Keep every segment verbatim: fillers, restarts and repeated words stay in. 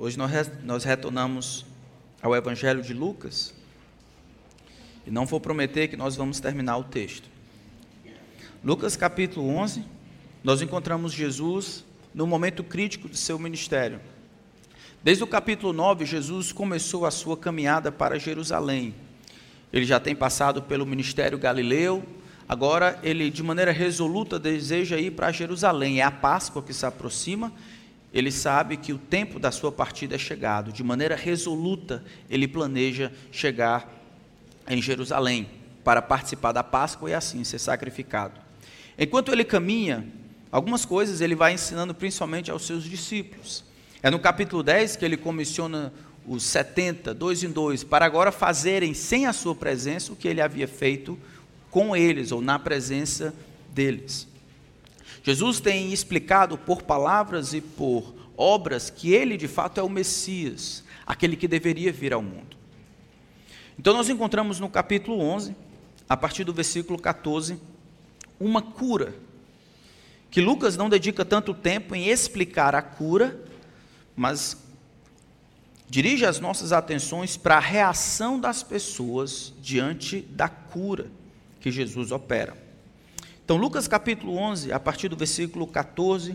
Hoje nós retornamos ao Evangelho de Lucas, e não vou prometer que nós vamos terminar o texto. Lucas capítulo onze, nós encontramos Jesus no momento crítico de seu ministério. Desde o capítulo nove, Jesus começou a sua caminhada para Jerusalém. Ele já tem passado pelo ministério galileu, agora ele de maneira resoluta deseja ir para Jerusalém. É a Páscoa que se aproxima. Ele sabe que o tempo da sua partida é chegado. De maneira resoluta, ele planeja chegar em Jerusalém para participar da Páscoa e assim ser sacrificado. Enquanto ele caminha, algumas coisas ele vai ensinando principalmente aos seus discípulos. É no capítulo dez que ele comissiona os setenta, dois em dois, para agora fazerem sem a sua presença o que ele havia feito com eles, ou na presença deles. Jesus tem explicado por palavras e por obras que ele de fato é o Messias, aquele que deveria vir ao mundo. Então nós encontramos no capítulo onze, a partir do versículo catorze, uma cura, que Lucas não dedica tanto tempo em explicar a cura, mas dirige as nossas atenções para a reação das pessoas diante da cura que Jesus opera. Então, Lucas capítulo onze, a partir do versículo catorze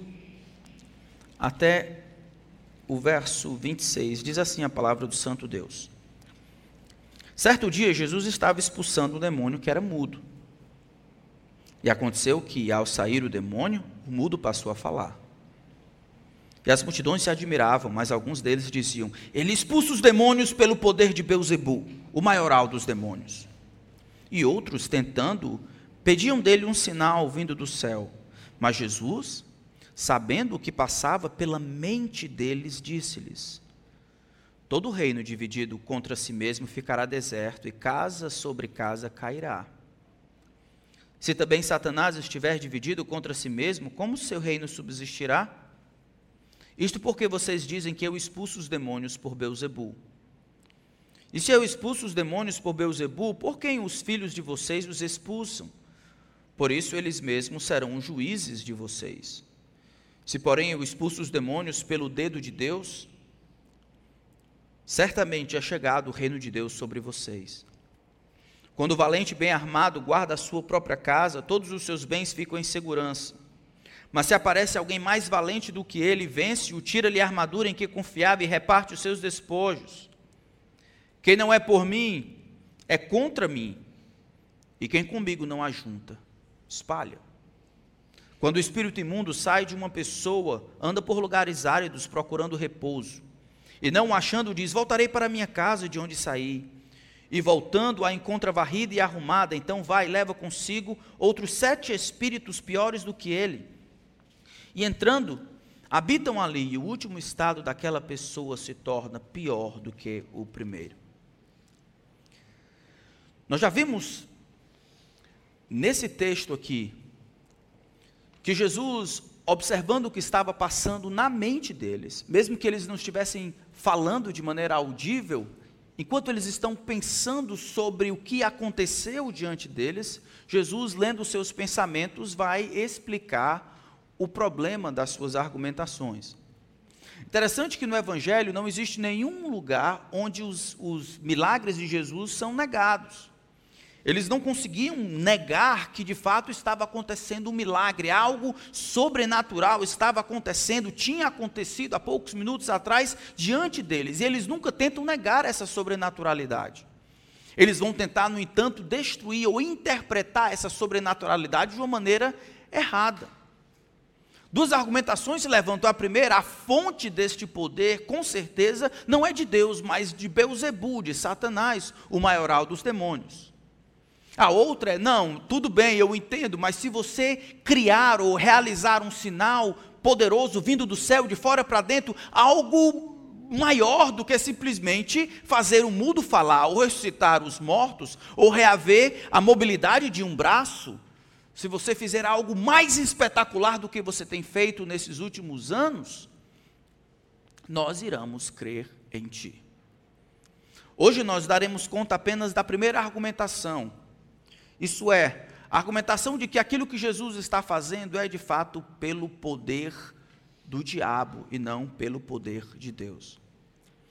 até o verso vinte e seis, diz assim a palavra do Santo Deus. Certo dia, Jesus estava expulsando um demônio que era mudo. E aconteceu que, ao sair o demônio, o mudo passou a falar. E as multidões se admiravam, mas alguns deles diziam: ele expulsa os demônios pelo poder de Beelzebu, o maioral dos demônios. E outros, tentando, pediam dele um sinal vindo do céu. Mas Jesus, sabendo o que passava pela mente deles, disse-lhes: todo reino dividido contra si mesmo ficará deserto, e casa sobre casa cairá. Se também Satanás estiver dividido contra si mesmo, como seu reino subsistirá? Isto porque vocês dizem que eu expulso os demônios por Beelzebu. E se eu expulso os demônios por Beelzebu, por quem os filhos de vocês os expulsam? Por isso eles mesmos serão juízes de vocês. Se porém eu expulso os demônios pelo dedo de Deus, certamente é chegado o reino de Deus sobre vocês. Quando o valente bem armado guarda a sua própria casa, todos os seus bens ficam em segurança. Mas se aparece alguém mais valente do que ele, vence-o, tira-lhe a armadura em que confiava e reparte os seus despojos. Quem não é por mim, é contra mim, e quem comigo não ajunta, espalha. Quando o espírito imundo sai de uma pessoa, anda por lugares áridos procurando repouso, e não o achando, diz: voltarei para minha casa de onde saí. E voltando a encontra varrida e arrumada, então vai e leva consigo outros sete espíritos piores do que ele. E entrando, habitam ali, e o último estado daquela pessoa se torna pior do que o primeiro. Nós já vimos nesse texto aqui que Jesus, observando o que estava passando na mente deles, mesmo que eles não estivessem falando de maneira audível, enquanto eles estão pensando sobre o que aconteceu diante deles, Jesus, lendo os seus pensamentos, vai explicar o problema das suas argumentações. Interessante que no Evangelho não existe nenhum lugar onde os, os milagres de Jesus são negados. Eles não conseguiam negar que de fato estava acontecendo um milagre, algo sobrenatural estava acontecendo, tinha acontecido há poucos minutos atrás diante deles, e eles nunca tentam negar essa sobrenaturalidade. Eles vão tentar, no entanto, destruir ou interpretar essa sobrenaturalidade de uma maneira errada. Duas argumentações se levantam. A primeira: a fonte deste poder, com certeza, não é de Deus, mas de Beelzebu, de Satanás, o maioral dos demônios. A outra é: não, tudo bem, eu entendo, mas se você criar ou realizar um sinal poderoso vindo do céu, de fora para dentro, algo maior do que simplesmente fazer o mudo falar, ou ressuscitar os mortos, ou reaver a mobilidade de um braço, se você fizer algo mais espetacular do que você tem feito nesses últimos anos, nós iremos crer em ti. Hoje nós daremos conta apenas da primeira argumentação, isso é, a argumentação de que aquilo que Jesus está fazendo é de fato pelo poder do diabo e não pelo poder de Deus.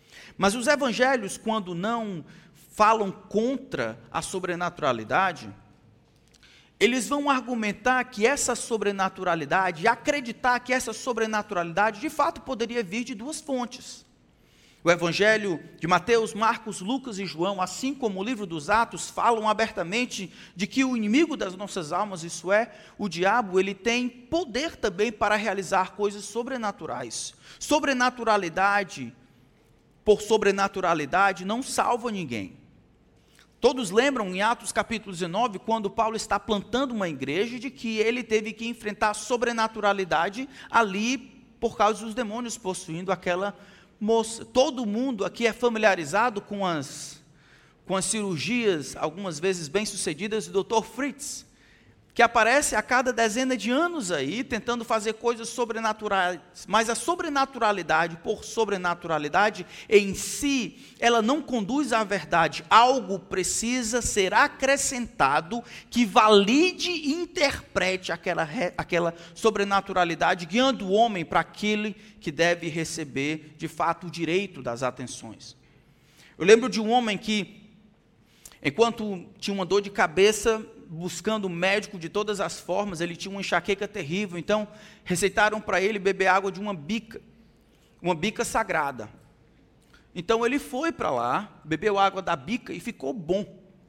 Mas os evangelhos, quando não falam contra a sobrenaturalidade, eles vão argumentar que essa sobrenaturalidade, acreditar que essa sobrenaturalidade de fato poderia vir de duas fontes. O evangelho de Mateus, Marcos, Lucas e João, assim como o livro dos Atos, falam abertamente de que o inimigo das nossas almas, isso é, o diabo, ele tem poder também para realizar coisas sobrenaturais. Sobrenaturalidade, por sobrenaturalidade, não salva ninguém. Todos lembram em Atos capítulo dezenove, quando Paulo está plantando uma igreja, de que ele teve que enfrentar a sobrenaturalidade ali por causa dos demônios possuindo aquela moça. Todo mundo aqui é familiarizado com as, com as cirurgias, algumas vezes bem-sucedidas, do doutor Fritz, que aparece a cada dezena de anos aí, tentando fazer coisas sobrenaturais, mas a sobrenaturalidade, por sobrenaturalidade, em si, ela não conduz à verdade. Algo precisa ser acrescentado que valide e interprete aquela, aquela sobrenaturalidade, guiando o homem para aquele que deve receber, de fato, o direito das atenções. Eu lembro de um homem que, enquanto tinha uma dor de cabeça, buscando médico de todas as formas, ele tinha uma enxaqueca terrível, então receitaram para ele beber água de uma bica, uma bica sagrada. Então ele foi para lá, bebeu água da bica e ficou bom.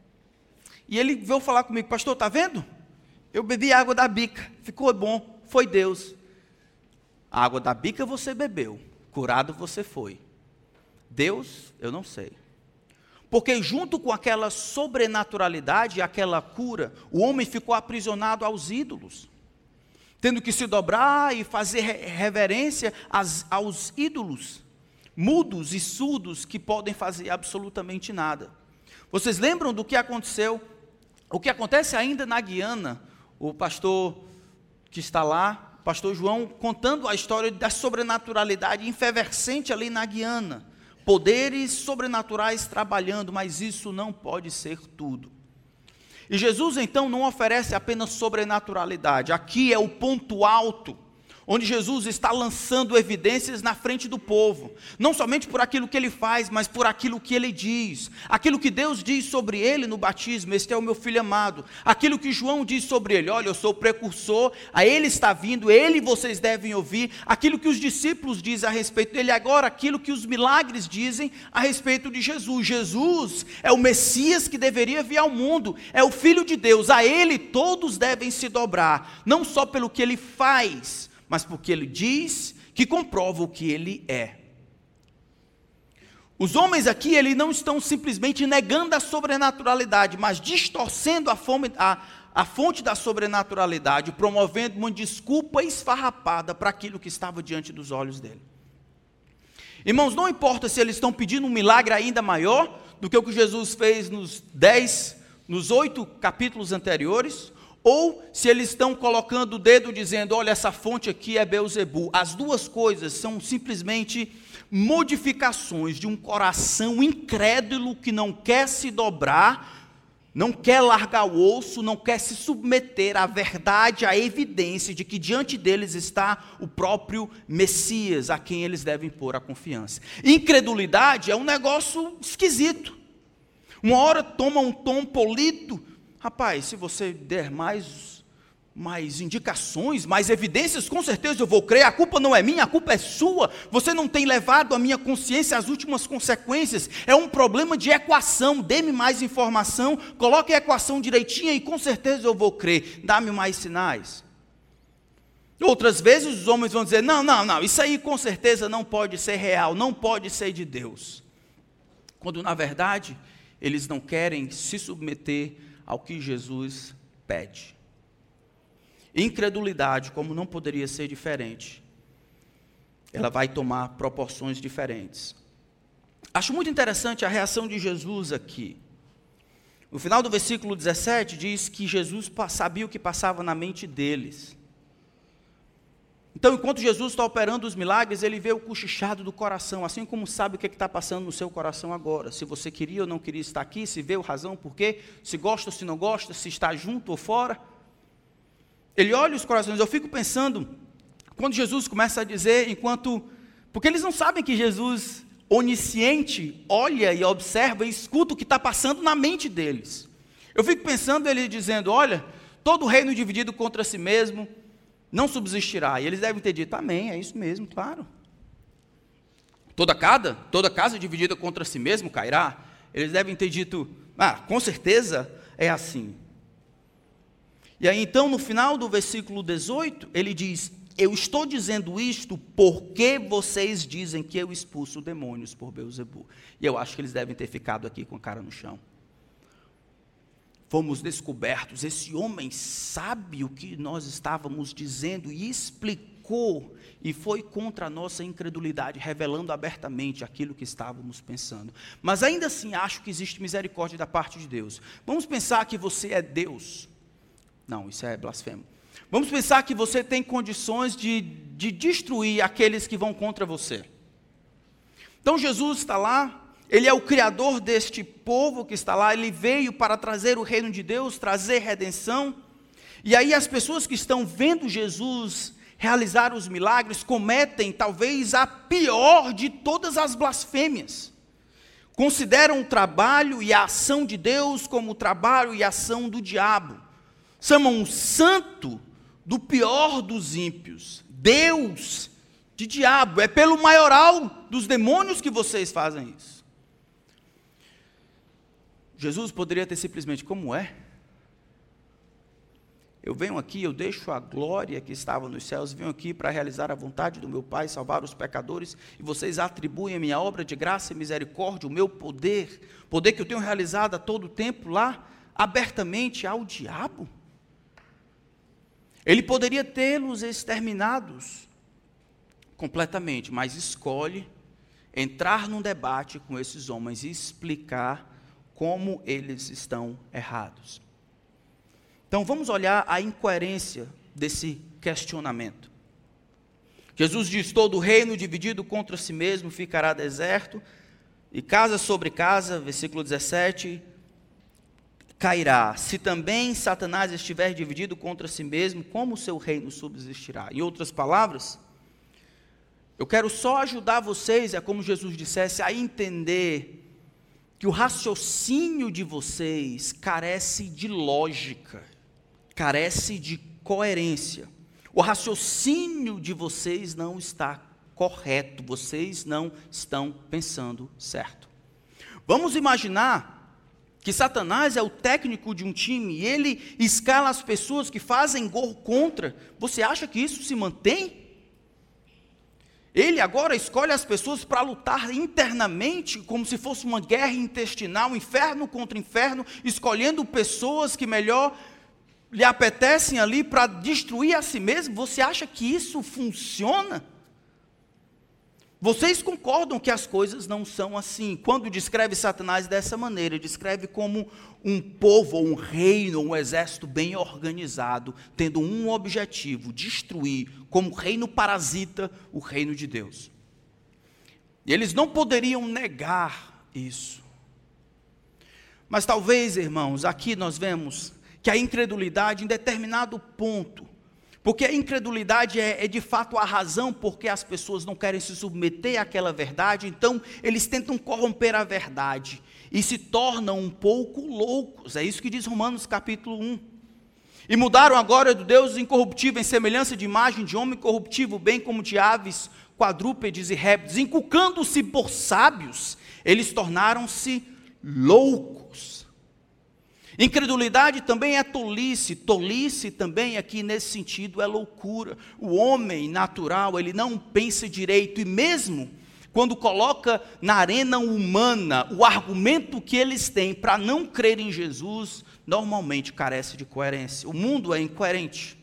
E ele veio falar comigo: pastor, está vendo? Eu bebi água da bica, ficou bom, foi Deus. A água da bica você bebeu, curado você foi. Deus, eu não sei. Porque junto com aquela sobrenaturalidade, aquela cura, o homem ficou aprisionado aos ídolos, tendo que se dobrar e fazer reverência aos, aos ídolos, mudos e surdos que podem fazer absolutamente nada. Vocês lembram do que aconteceu? O que acontece ainda na Guiana, o pastor que está lá, o pastor João, contando a história da sobrenaturalidade efervescente ali na Guiana. Poderes sobrenaturais trabalhando, mas isso não pode ser tudo. E Jesus então não oferece apenas sobrenaturalidade. Aqui é o ponto alto, onde Jesus está lançando evidências na frente do povo, não somente por aquilo que ele faz, mas por aquilo que ele diz, aquilo que Deus diz sobre ele no batismo: este é o meu filho amado, aquilo que João diz sobre ele: olha, eu sou o precursor, a ele está vindo, ele vocês devem ouvir, aquilo que os discípulos dizem a respeito dele, agora aquilo que os milagres dizem a respeito de Jesus. Jesus é o Messias que deveria vir ao mundo, é o Filho de Deus, a ele todos devem se dobrar, não só pelo que ele faz, mas porque ele diz, que comprova o que ele é. Os homens aqui, eles não estão simplesmente negando a sobrenaturalidade, mas distorcendo a, fome, a, a fonte da sobrenaturalidade, promovendo uma desculpa esfarrapada para aquilo que estava diante dos olhos dele. Irmãos, não importa se eles estão pedindo um milagre ainda maior do que o que Jesus fez nos dez, nos oito capítulos anteriores, ou se eles estão colocando o dedo dizendo: olha, essa fonte aqui é Beelzebu. As duas coisas são simplesmente modificações de um coração incrédulo que não quer se dobrar, não quer largar o osso, não quer se submeter à verdade, à evidência de que diante deles está o próprio Messias, a quem eles devem pôr a confiança. Incredulidade é um negócio esquisito. Uma hora toma um tom polido. Rapaz, se você der mais, mais indicações, mais evidências, com certeza eu vou crer. A culpa não é minha, a culpa é sua. Você não tem levado a minha consciência às últimas consequências. É um problema de equação. Dê-me mais informação, coloque a equação direitinha e com certeza eu vou crer. Dá-me mais sinais. Outras vezes os homens vão dizer: não, não, não, isso aí com certeza não pode ser real, não pode ser de Deus. Quando na verdade eles não querem se submeter ao que Jesus pede. Incredulidade, como não poderia ser diferente, ela vai tomar proporções diferentes. Acho muito interessante a reação de Jesus aqui. No final do versículo dezessete diz que Jesus sabia o que passava na mente deles. Então, enquanto Jesus está operando os milagres, ele vê o cochichado do coração, assim como sabe o que está passando no seu coração agora. Se você queria ou não queria estar aqui, se vê a razão por quê, se gosta ou se não gosta, se está junto ou fora. Ele olha os corações. Eu fico pensando, quando Jesus começa a dizer, enquanto... Porque eles não sabem que Jesus onisciente olha e observa e escuta o que está passando na mente deles. Eu fico pensando ele dizendo, olha, todo reino dividido contra si mesmo não subsistirá. E eles devem ter dito, amém, é isso mesmo, claro. Toda casa, toda casa dividida contra si mesmo cairá. Eles devem ter dito, ah, com certeza é assim. E aí então no final do versículo dezoito, ele diz, eu estou dizendo isto porque vocês dizem que eu expulso demônios por Beelzebul. E eu acho que eles devem ter ficado aqui com a cara no chão. Fomos descobertos, esse homem sabe o que nós estávamos dizendo e explicou, e foi contra a nossa incredulidade, revelando abertamente aquilo que estávamos pensando. Mas ainda assim acho que existe misericórdia da parte de Deus. Vamos pensar que você é Deus. Não, isso é blasfemo. Vamos pensar que você tem condições de, de destruir aqueles que vão contra você. Então Jesus está lá, ele é o criador deste povo que está lá, ele veio para trazer o reino de Deus, trazer redenção. E aí as pessoas que estão vendo Jesus realizar os milagres cometem talvez a pior de todas as blasfêmias. Consideram o trabalho e a ação de Deus como o trabalho e a ação do diabo. Chamam o santo do pior dos ímpios, Deus de diabo. É pelo maioral dos demônios que vocês fazem isso. Jesus poderia ter simplesmente, como é? Eu venho aqui, eu deixo a glória que estava nos céus, venho aqui para realizar a vontade do meu Pai, salvar os pecadores, e vocês atribuem a minha obra de graça e misericórdia, o meu poder, poder que eu tenho realizado a todo tempo lá, abertamente ao diabo? Ele poderia tê-los exterminados completamente, mas escolhe entrar num debate com esses homens e explicar como eles estão errados. Então vamos olhar a incoerência desse questionamento. Jesus diz, todo reino dividido contra si mesmo ficará deserto, e casa sobre casa, versículo dezessete, cairá. Se também Satanás estiver dividido contra si mesmo, como o seu reino subsistirá? Em outras palavras, eu quero só ajudar vocês, é como Jesus dissesse, a entender que o raciocínio de vocês carece de lógica, carece de coerência. O raciocínio de vocês não está correto, vocês não estão pensando certo. Vamos imaginar que Satanás é o técnico de um time e ele escala as pessoas que fazem gol contra. Você acha que isso se mantém? Ele agora escolhe as pessoas para lutar internamente, como se fosse uma guerra intestinal, inferno contra inferno, escolhendo pessoas que melhor lhe apetecem ali para destruir a si mesmo. Você acha que isso funciona? Vocês concordam que as coisas não são assim? Quando descreve Satanás dessa maneira, descreve como um povo, ou um reino, ou um exército bem organizado, tendo um objetivo, destruir, como reino parasita, o reino de Deus. E eles não poderiam negar isso. Mas talvez, irmãos, aqui nós vemos que a incredulidade em determinado ponto, porque a incredulidade é, é de fato a razão porque as pessoas não querem se submeter àquela verdade, então eles tentam corromper a verdade e se tornam um pouco loucos. É isso que diz Romanos capítulo um. E mudaram a glória do Deus incorruptível em semelhança de imagem de homem corruptível, bem como de aves, quadrúpedes e répteis. Inculcando-se por sábios, eles tornaram-se loucos. Incredulidade também é tolice, tolice também aqui nesse sentido é loucura. O homem natural, ele não pensa direito, e mesmo quando coloca na arena humana o argumento que eles têm para não crer em Jesus, normalmente carece de coerência. O mundo é incoerente.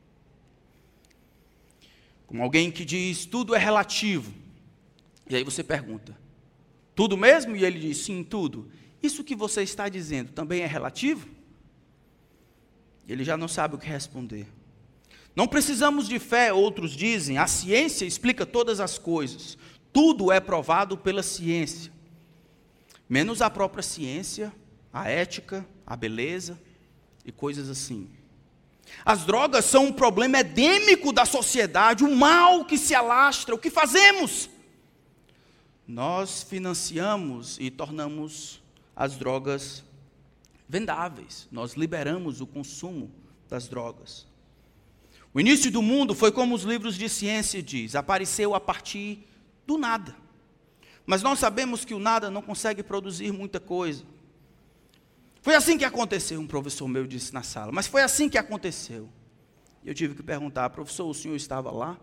Como alguém que diz, tudo é relativo. E aí você pergunta, tudo mesmo? E ele diz, sim, tudo. Isso que você está dizendo também é relativo? Ele já não sabe o que responder. Não precisamos de fé, outros dizem, a ciência explica todas as coisas. Tudo é provado pela ciência. Menos a própria ciência, a ética, a beleza e coisas assim. As drogas são um problema endêmico da sociedade, o mal que se alastra. O que fazemos? nós financiamos e tornamos as drogas vendáveis. Nós liberamos o consumo das drogas. O início do mundo foi como os livros de ciência diz, apareceu a partir do nada. Mas nós sabemos que o nada não consegue produzir muita coisa. Foi assim que aconteceu, um professor meu disse na sala, mas foi assim que aconteceu. Eu tive que perguntar, professor, o senhor estava lá?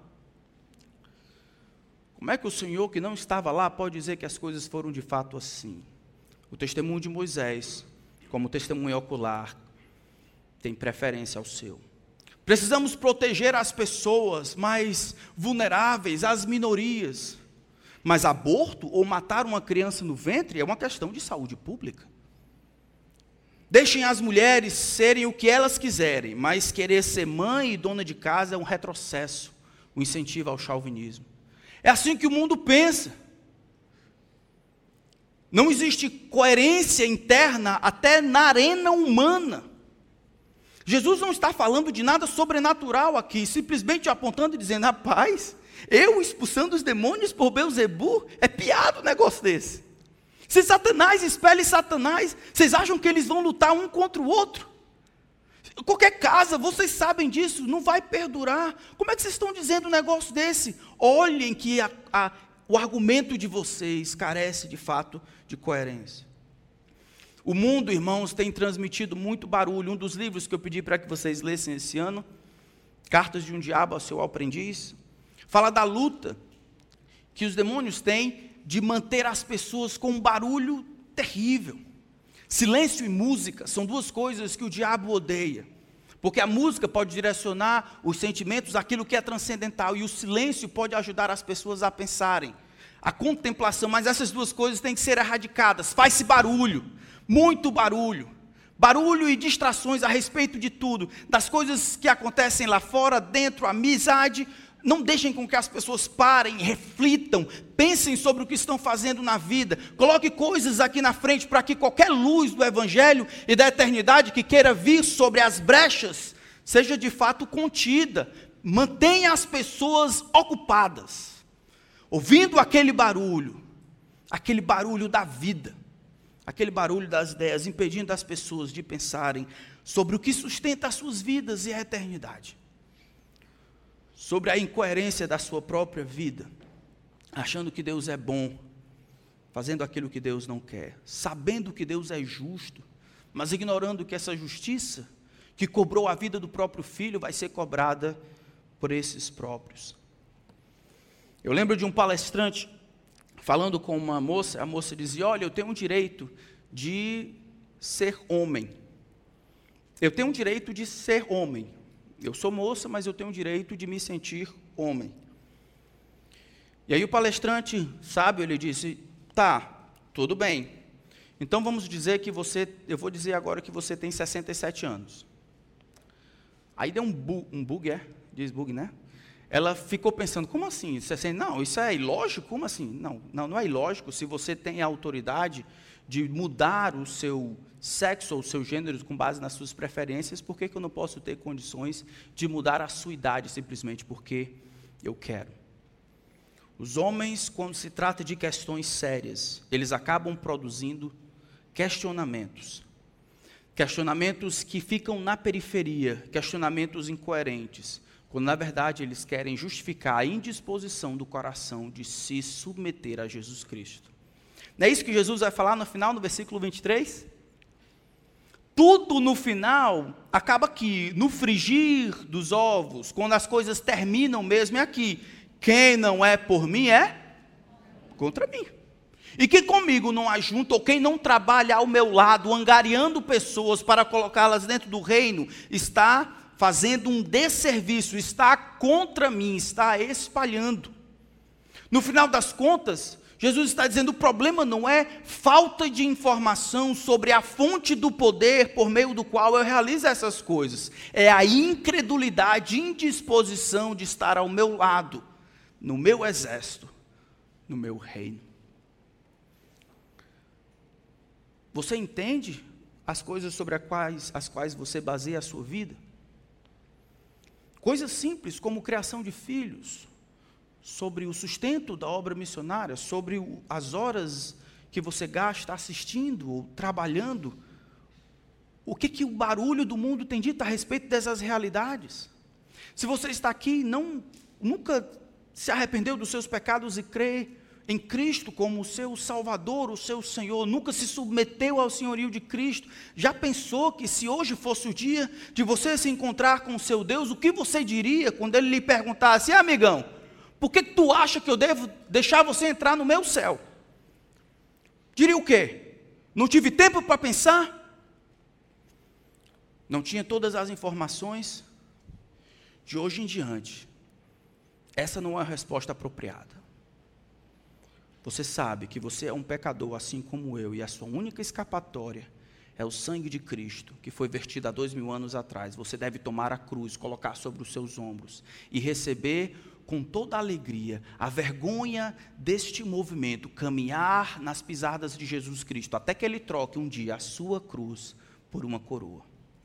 Como é que o senhor que não estava lá pode dizer que as coisas foram de fato assim? O testemunho de Moisés, como testemunho ocular, tem preferência ao seu. Precisamos proteger as pessoas mais vulneráveis, as minorias. Mas aborto ou matar uma criança no ventre é uma questão de saúde pública. Deixem as mulheres serem o que elas quiserem, mas querer ser mãe e dona de casa é um retrocesso, um incentivo ao chauvinismo. É assim que o mundo pensa. Não existe coerência interna até na arena humana. Jesus não está falando de nada sobrenatural aqui, simplesmente apontando e dizendo, rapaz, eu expulsando os demônios por Beelzebu, é piada um negócio desse. Se Satanás expele Satanás, vocês acham que eles vão lutar um contra o outro? Qualquer casa, vocês sabem disso, não vai perdurar. Como é que vocês estão dizendo um negócio desse? Olhem que a, a, o argumento de vocês carece de fato de coerência. O mundo, irmãos, tem transmitido muito barulho. Um dos livros que eu pedi para que vocês lessem esse ano, Cartas de um Diabo ao Seu Aprendiz, fala da luta que os demônios têm de manter as pessoas com um barulho terrível. Silêncio e música são duas coisas que o diabo odeia, porque a música pode direcionar os sentimentos àquilo que é transcendental, e o silêncio pode ajudar as pessoas a pensarem, a contemplação, mas essas duas coisas têm que ser erradicadas. Faz-se barulho, muito barulho, barulho e distrações a respeito de tudo, das coisas que acontecem lá fora, dentro, amizade. Não deixem com que as pessoas parem, reflitam, pensem sobre o que estão fazendo na vida. Coloque coisas aqui na frente para que qualquer luz do Evangelho e da eternidade que queira vir sobre as brechas, seja de fato contida. Mantenha as pessoas ocupadas, ouvindo aquele barulho, aquele barulho da vida, aquele barulho das ideias, impedindo as pessoas de pensarem sobre o que sustenta as suas vidas e a eternidade. Sobre a incoerência da sua própria vida, achando que Deus é bom, fazendo aquilo que Deus não quer, sabendo que Deus é justo, mas ignorando que essa justiça, que cobrou a vida do próprio filho, vai ser cobrada por esses próprios. Eu lembro de um palestrante, falando com uma moça, a moça dizia, olha, eu tenho um direito de ser homem, eu tenho um direito de ser homem, eu sou moça, mas eu tenho o direito de me sentir homem. E aí o palestrante sábio, ele disse, tá, tudo bem. Então vamos dizer que você, eu vou dizer agora que você tem sessenta e sete anos. Aí deu um, bu, um bug, é? Diz bug, né? Ela ficou pensando, como assim? Não, isso é ilógico? Como assim? Não, não, não é ilógico. Se você tem a autoridade de mudar o seu sexo ou o seu gênero com base nas suas preferências, por que que eu não posso ter condições de mudar a sua idade simplesmente porque eu quero? Os homens, quando se trata de questões sérias, eles acabam produzindo questionamentos. Questionamentos que ficam na periferia, questionamentos incoerentes, quando na verdade eles querem justificar a indisposição do coração de se submeter a Jesus Cristo. Não é isso que Jesus vai falar no final, no versículo vinte e três? Tudo no final acaba aqui, no frigir dos ovos, quando as coisas terminam mesmo, é aqui. Quem não é por mim é contra mim. E quem comigo não ajunta, ou quem não trabalha ao meu lado, angariando pessoas para colocá-las dentro do reino, está fazendo um desserviço, está contra mim, está espalhando. No final das contas, Jesus está dizendo, o problema não é falta de informação sobre a fonte do poder por meio do qual eu realizo essas coisas. É a incredulidade, indisposição de estar ao meu lado, no meu exército, no meu reino. Você entende as coisas sobre as quais, as quais você baseia a sua vida? Coisas simples como criação de filhos, sobre o sustento da obra missionária, sobre o, as horas que você gasta assistindo ou trabalhando? O que, que o barulho do mundo tem dito a respeito dessas realidades? Se você está aqui e não, nunca se arrependeu dos seus pecados e crê em Cristo como o seu Salvador, o seu Senhor, nunca se submeteu ao senhorio de Cristo, já pensou que se hoje fosse o dia de você se encontrar com o seu Deus, o que você diria quando Ele lhe perguntasse: amigão, por que tu acha que eu devo deixar você entrar no meu céu? Diria o quê? Não tive tempo para pensar? Não tinha todas as informações? De hoje em diante, essa não é a resposta apropriada. Você sabe que você é um pecador assim como eu, e a sua única escapatória é o sangue de Cristo, que foi vertido há dois mil anos atrás. Você deve tomar a cruz, colocar sobre os seus ombros e receber com toda a alegria a vergonha deste movimento, caminhar nas pisadas de Jesus Cristo, até que Ele troque um dia a sua cruz por uma coroa.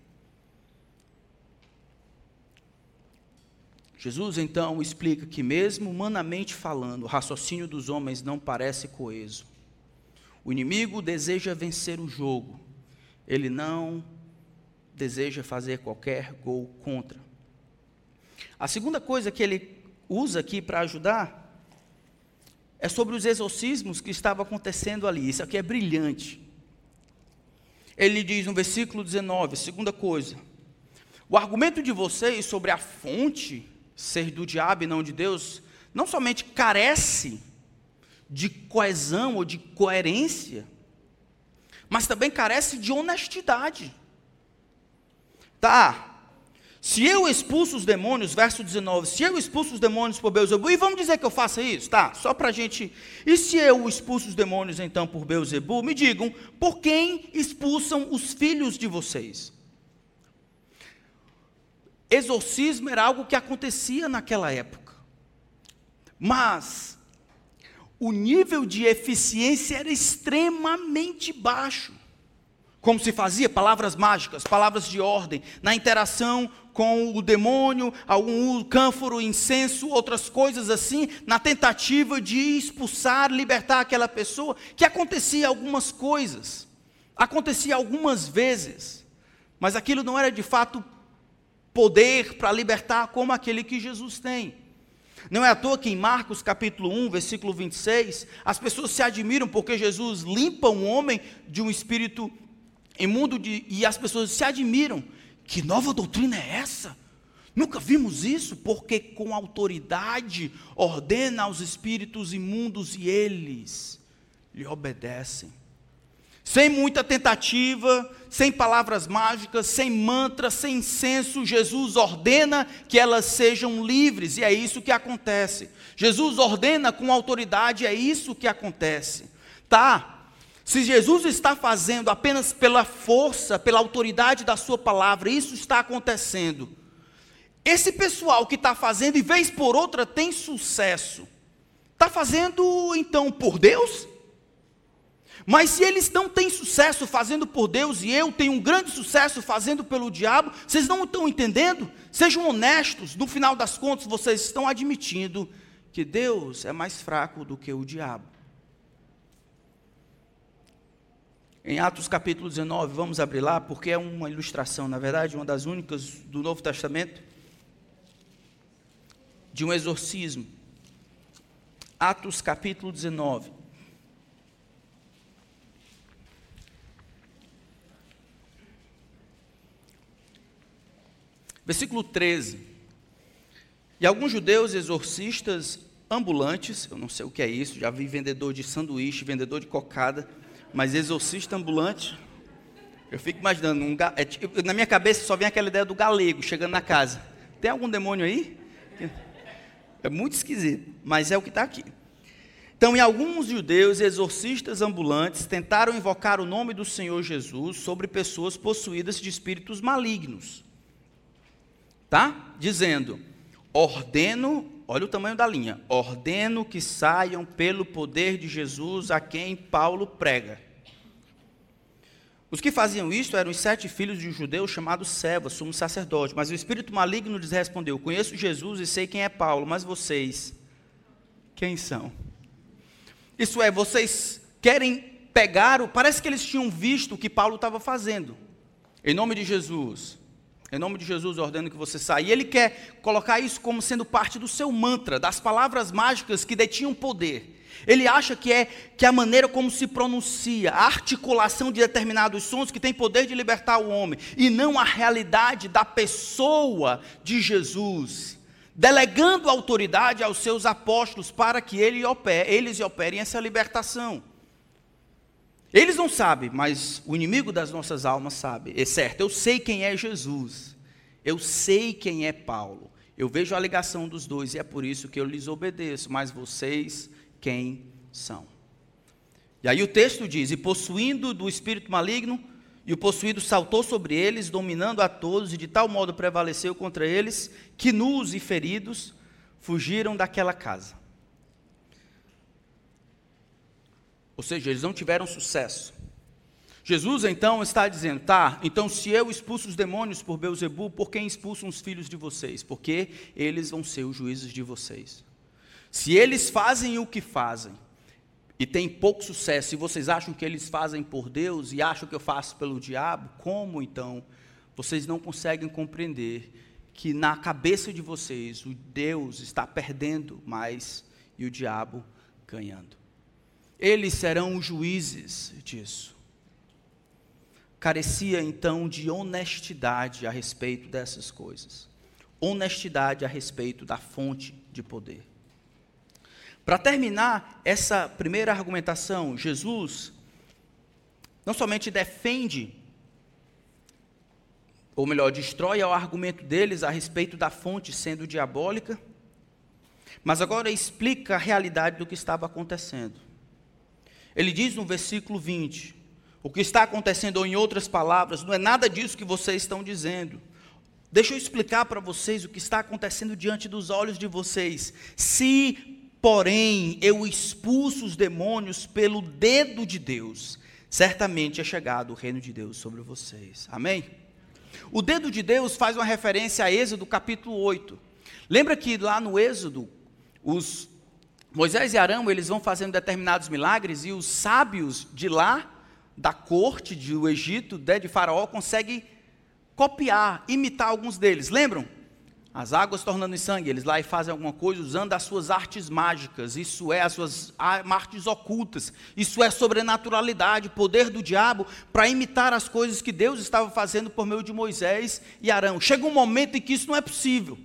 Jesus, então, explica que mesmo humanamente falando, o raciocínio dos homens não parece coeso. O inimigo deseja vencer o jogo, ele não deseja fazer qualquer gol contra. A segunda coisa que ele usa aqui para ajudar é sobre os exorcismos que estavam acontecendo ali. Isso aqui é brilhante. Ele diz no versículo dezenove, segunda coisa: o argumento de vocês sobre a fonte ser do diabo e não de Deus, não somente carece de coesão ou de coerência, mas também carece de honestidade. Tá, se eu expulso os demônios, verso dezenove, se eu expulso os demônios por Beelzebu, e vamos dizer que eu faça isso, tá, só para a gente, e se eu expulso os demônios então por Beelzebu, me digam, por quem expulsam os filhos de vocês? Exorcismo era algo que acontecia naquela época, mas o nível de eficiência era extremamente baixo. Como se fazia? Palavras mágicas, palavras de ordem, na interação com o demônio, algum cânforo, incenso, outras coisas assim, na tentativa de expulsar, libertar aquela pessoa, que acontecia algumas coisas, acontecia algumas vezes, mas aquilo não era de fato poder para libertar como aquele que Jesus tem. Não é à toa que em Marcos capítulo um, versículo vinte e seis, as pessoas se admiram porque Jesus limpa um homem de um espírito imundo, de, e as pessoas se admiram. Que nova doutrina é essa? Nunca vimos isso, porque com autoridade ordena aos espíritos imundos e eles lhe obedecem. Sem muita tentativa, sem palavras mágicas, sem mantras, sem incenso, Jesus ordena que elas sejam livres, e é isso que acontece. Jesus ordena com autoridade, é isso que acontece. Tá, se Jesus está fazendo apenas pela força, pela autoridade da sua palavra, isso está acontecendo. Esse pessoal que está fazendo, e vez por outra tem sucesso, está fazendo então por Deus? Mas se eles não têm sucesso fazendo por Deus, e eu tenho um grande sucesso fazendo pelo diabo, vocês não estão entendendo? Sejam honestos, no final das contas vocês estão admitindo que Deus é mais fraco do que o diabo. Em Atos capítulo dezenove, vamos abrir lá, porque é uma ilustração, na verdade, uma das únicas do Novo Testamento, de um exorcismo. Atos capítulo dezenove. Versículo treze. E alguns judeus exorcistas ambulantes, eu não sei o que é isso, já vi vendedor de sanduíche, vendedor de cocada, mas exorcista ambulante, eu fico imaginando, um, é, tipo, na minha cabeça só vem aquela ideia do galego chegando na casa. Tem algum demônio aí? É muito esquisito, mas é o que está aqui. Então, em alguns judeus exorcistas ambulantes tentaram invocar o nome do Senhor Jesus sobre pessoas possuídas de espíritos malignos. Tá? Dizendo, ordeno, olha o tamanho da linha, ordeno que saiam pelo poder de Jesus a quem Paulo prega. Os que faziam isto eram os sete filhos de um judeu chamado Cefas, sumo sacerdote, mas o espírito maligno lhes respondeu, conheço Jesus e sei quem é Paulo, mas vocês quem são. Isso é, vocês querem pegar, o, parece que eles tinham visto o que Paulo estava fazendo. Em nome de Jesus, em nome de Jesus eu ordeno que você saia. E ele quer colocar isso como sendo parte do seu mantra, das palavras mágicas que detinham poder. Ele acha que é que a maneira como se pronuncia, a articulação de determinados sons que tem poder de libertar o homem, e não a realidade da pessoa de Jesus, delegando autoridade aos seus apóstolos para que ele opere, eles operem essa libertação. Eles não sabem, mas o inimigo das nossas almas sabe. É certo, eu sei quem é Jesus, eu sei quem é Paulo, eu vejo a ligação dos dois e é por isso que eu lhes obedeço, mas vocês quem são? E aí o texto diz, e possuindo do espírito maligno, e o possuído saltou sobre eles, dominando a todos, e de tal modo prevaleceu contra eles, que nus e feridos, fugiram daquela casa. Ou seja, eles não tiveram sucesso. Jesus então está dizendo, tá, então se eu expulso os demônios por Beelzebul, por quem expulsam os filhos de vocês? Porque eles vão ser os juízes de vocês. Se eles fazem o que fazem, e tem pouco sucesso, e vocês acham que eles fazem por Deus, e acham que eu faço pelo diabo, como então vocês não conseguem compreender que na cabeça de vocês, o Deus está perdendo mais, e o diabo ganhando? Eles serão os juízes disso. Carecia então de honestidade a respeito dessas coisas. Honestidade a respeito da fonte de poder. Para terminar essa primeira argumentação, Jesus não somente defende, ou melhor, destrói o argumento deles a respeito da fonte sendo diabólica, mas agora explica a realidade do que estava acontecendo. Ele diz no versículo vinte, o que está acontecendo, ou em outras palavras, não é nada disso que vocês estão dizendo. Deixa eu explicar para vocês o que está acontecendo diante dos olhos de vocês. Se porém, eu expulso os demônios pelo dedo de Deus, certamente é chegado o reino de Deus sobre vocês. Amém? O dedo de Deus faz uma referência a Êxodo capítulo oito. Lembra que lá no Êxodo, os Moisés e Arão, eles vão fazendo determinados milagres, e os sábios de lá, da corte do Egito, de Faraó, conseguem copiar, imitar alguns deles. Lembram? As águas tornando em sangue, eles lá e fazem alguma coisa usando as suas artes mágicas, isso é, as suas artes ocultas, isso é sobrenaturalidade, poder do diabo, para imitar as coisas que Deus estava fazendo por meio de Moisés e Arão. Chega um momento em que isso não é possível.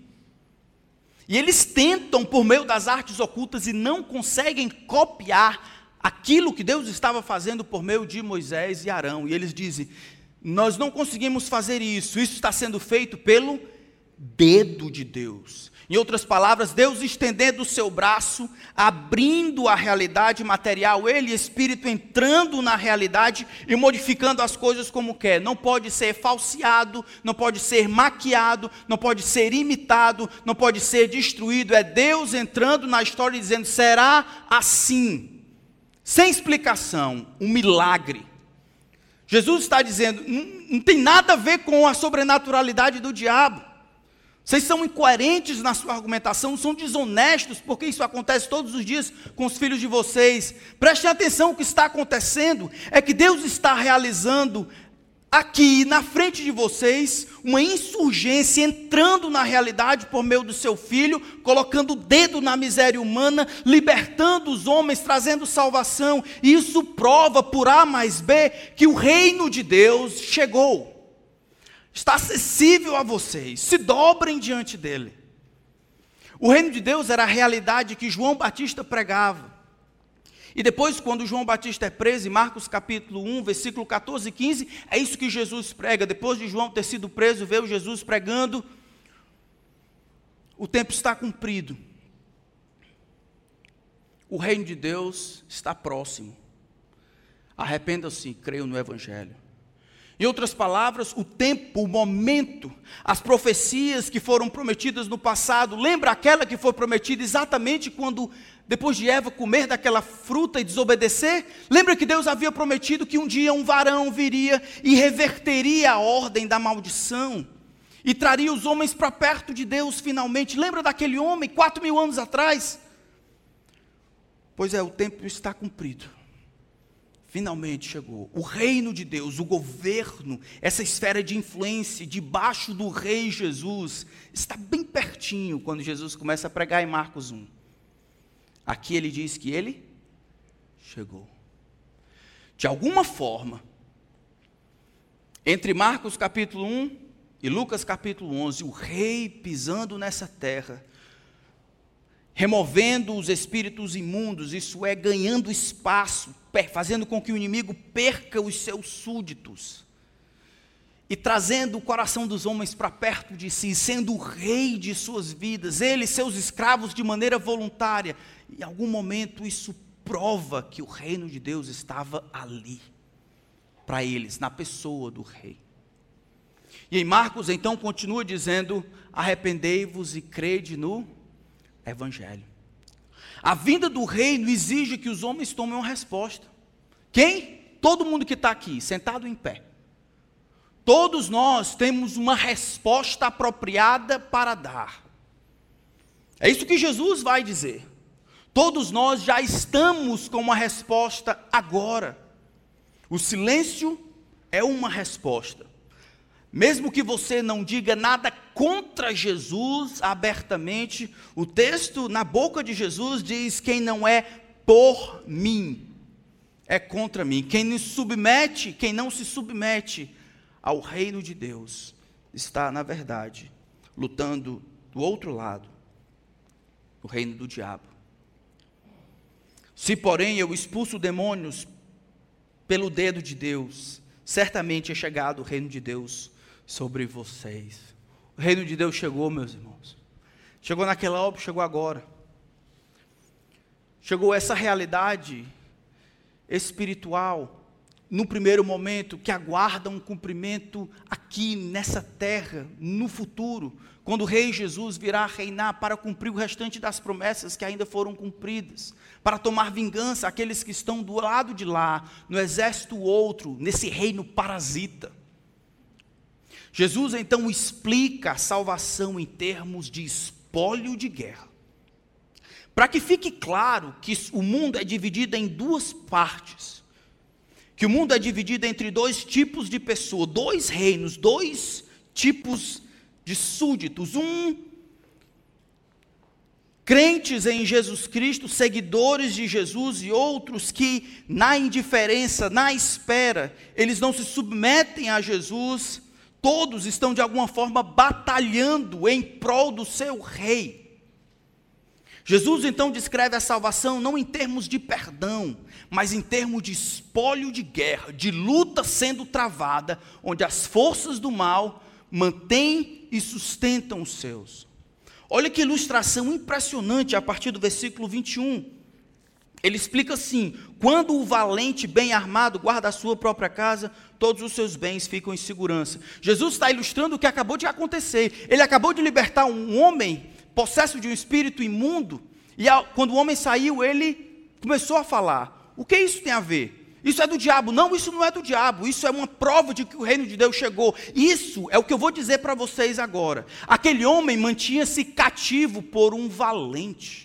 E eles tentam por meio das artes ocultas e não conseguem copiar aquilo que Deus estava fazendo por meio de Moisés e Arão. E eles dizem, nós não conseguimos fazer isso, isso está sendo feito pelo dedo de Deus. Em outras palavras, Deus estendendo o seu braço, abrindo a realidade material, ele, Espírito, entrando na realidade e modificando as coisas como quer. Não pode ser falseado, não pode ser maquiado, não pode ser imitado, não pode ser destruído. É Deus entrando na história e dizendo, será assim, sem explicação, um milagre. Jesus está dizendo, não, não tem nada a ver com a sobrenaturalidade do diabo. Vocês são incoerentes na sua argumentação, são desonestos, porque isso acontece todos os dias com os filhos de vocês. Prestem atenção, o que está acontecendo é que Deus está realizando aqui, na frente de vocês, uma insurgência, entrando na realidade por meio do seu Filho, colocando o dedo na miséria humana, libertando os homens, trazendo salvação. E isso prova, por A mais B, que o reino de Deus chegou. Está acessível a vocês, se dobrem diante dele. O reino de Deus era a realidade que João Batista pregava. E depois, quando João Batista é preso, em Marcos capítulo um, versículo catorze e quinze, é isso que Jesus prega. Depois de João ter sido preso, veio Jesus pregando, o tempo está cumprido. O reino de Deus está próximo. Arrependam-se e creiam no Evangelho. Em outras palavras, o tempo, o momento, as profecias que foram prometidas no passado, lembra aquela que foi prometida exatamente quando, depois de Eva comer daquela fruta e desobedecer? Lembra que Deus havia prometido que um dia um varão viria e reverteria a ordem da maldição, e traria os homens para perto de Deus finalmente? Lembra daquele homem, quatro mil anos atrás? Pois é, o tempo está cumprido. Finalmente chegou. O reino de Deus, o governo, essa esfera de influência debaixo do rei Jesus, está bem pertinho quando Jesus começa a pregar em Marcos um. Aqui ele diz que ele chegou. De alguma forma, entre Marcos capítulo um e Lucas capítulo onze, o rei pisando nessa terra, removendo os espíritos imundos, isso é, ganhando espaço, fazendo com que o inimigo perca os seus súditos, e trazendo o coração dos homens para perto de si, sendo o rei de suas vidas, ele e seus escravos de maneira voluntária. Em algum momento isso prova que o reino de Deus estava ali, para eles, na pessoa do rei. E em Marcos então continua dizendo: arrependei-vos e crede no Evangelho. A vinda do reino exige que os homens tomem uma resposta. Quem? Todo mundo que está aqui, sentado em pé. Todos nós temos uma resposta apropriada para dar. É isso que Jesus vai dizer. Todos nós já estamos com uma resposta agora. O silêncio é uma resposta. Mesmo que você não diga nada contra Jesus abertamente, o texto na boca de Jesus diz: quem não é por mim, é contra mim. Quem não se submete, quem não se submete ao reino de Deus, está, na verdade, lutando do outro lado, o reino do diabo. Se, porém, eu expulso demônios pelo dedo de Deus, certamente é chegado o reino de Deus sobre vocês. O reino de Deus chegou, meus irmãos. Chegou naquela hora, chegou agora. Chegou essa realidade espiritual, no primeiro momento, que aguarda um cumprimento aqui nessa terra, no futuro, quando o rei Jesus virá reinar para cumprir o restante das promessas que ainda foram cumpridas, para tomar vingança àqueles que estão do lado de lá, no exército outro, nesse reino parasita. Jesus então explica a salvação em termos de espólio de guerra. Para que fique claro que o mundo é dividido em duas partes, que o mundo é dividido entre dois tipos de pessoas, dois reinos, dois tipos de súditos. Um, crentes em Jesus Cristo, seguidores de Jesus, e outros que na indiferença, na espera, eles não se submetem a Jesus. Todos estão de alguma forma batalhando em prol do seu rei. Jesus então descreve a salvação não em termos de perdão, mas em termos de espólio de guerra, de luta sendo travada, onde as forças do mal mantêm e sustentam os seus. Olha que ilustração impressionante a partir do versículo vinte e um. Ele explica assim: quando o valente bem armado guarda a sua própria casa, todos os seus bens ficam em segurança. Jesus está ilustrando o que acabou de acontecer. Ele acabou de libertar um homem possesso de um espírito imundo, e quando o homem saiu, ele começou a falar. O que isso tem a ver? Isso é do diabo? Não, isso não é do diabo, isso é uma prova de que o reino de Deus chegou. Isso é o que eu vou dizer para vocês agora. Aquele homem mantinha-se cativo por um valente.